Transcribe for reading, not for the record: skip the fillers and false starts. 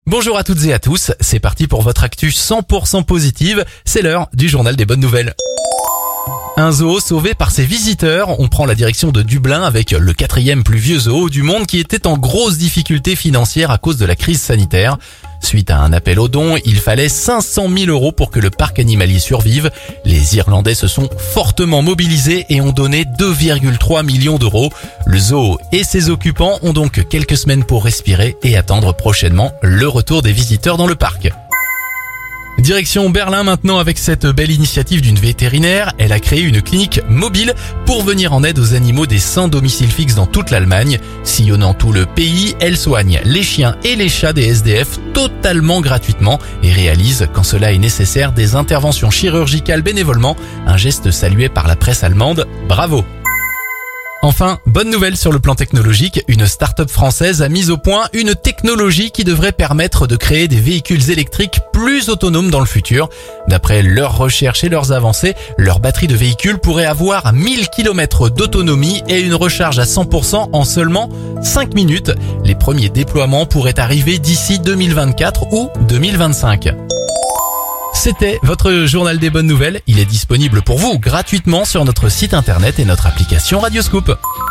Bonjour à toutes et à tous, c'est parti pour votre actu 100% positive, c'est l'heure du journal des bonnes nouvelles. Un zoo sauvé par ses visiteurs, on prend la direction de Dublin avec le 4e plus vieux zoo du monde qui était en grosse difficulté financière à cause de la crise sanitaire. Suite à un appel aux dons, il fallait 500 000 € pour que le parc animalier survive. Les Irlandais se sont fortement mobilisés et ont donné 2,3 millions d'euros. Le zoo et ses occupants ont donc quelques semaines pour respirer et attendre prochainement le retour des visiteurs dans le parc. Direction Berlin maintenant avec cette belle initiative d'une vétérinaire. Elle a créé une clinique mobile pour venir en aide aux animaux des sans domicile fixe dans toute l'Allemagne. Sillonnant tout le pays, elle soigne les chiens et les chats des SDF totalement gratuitement et réalise, quand cela est nécessaire, des interventions chirurgicales bénévolement. Un geste salué par la presse allemande. Bravo! Enfin, bonne nouvelle sur le plan technologique, une start-up française a mis au point une technologie qui devrait permettre de créer des véhicules électriques plus autonomes dans le futur. D'après leurs recherches et leurs avancées, leur batterie de véhicule pourrait avoir 1000 km d'autonomie et une recharge à 100% en seulement 5 minutes. Les premiers déploiements pourraient arriver d'ici 2024 ou 2025. C'était votre journal des bonnes nouvelles. Il est disponible pour vous gratuitement sur notre site internet et notre application Radioscoop.